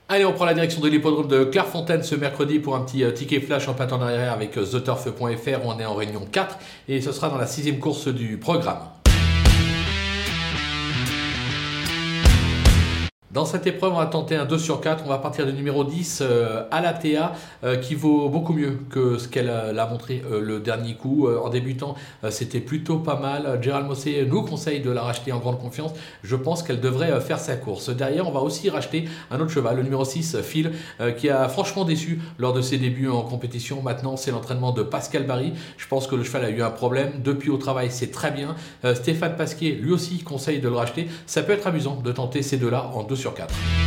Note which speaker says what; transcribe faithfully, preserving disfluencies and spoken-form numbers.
Speaker 1: Allez, on prend la direction de l'hippodrome de Clairefontaine ce mercredi pour un petit euh, ticket flash en patin en arrière avec euh, the turf point f r. On est en réunion quatre et ce sera dans la sixième course du programme. Dans cette épreuve, on va tenter un deux sur quatre. On va partir du numéro dix, euh, Alatea, euh, qui vaut beaucoup mieux que ce qu'elle euh, a montré euh, le dernier coup. Euh, en débutant, euh, c'était plutôt pas mal. Gérald Mossé nous conseille de la racheter en grande confiance. Je pense qu'elle devrait euh, faire sa course. Derrière, on va aussi racheter un autre cheval, le numéro six, Phil, euh, qui a franchement déçu lors de ses débuts en compétition. Maintenant, c'est l'entraînement de Pascal Barry. Je pense que le cheval a eu un problème. Depuis au travail, c'est très bien. Euh, Stéphane Pasquier, lui aussi, conseille de le racheter. Ça peut être amusant de tenter ces deux-là en deux sur quatre.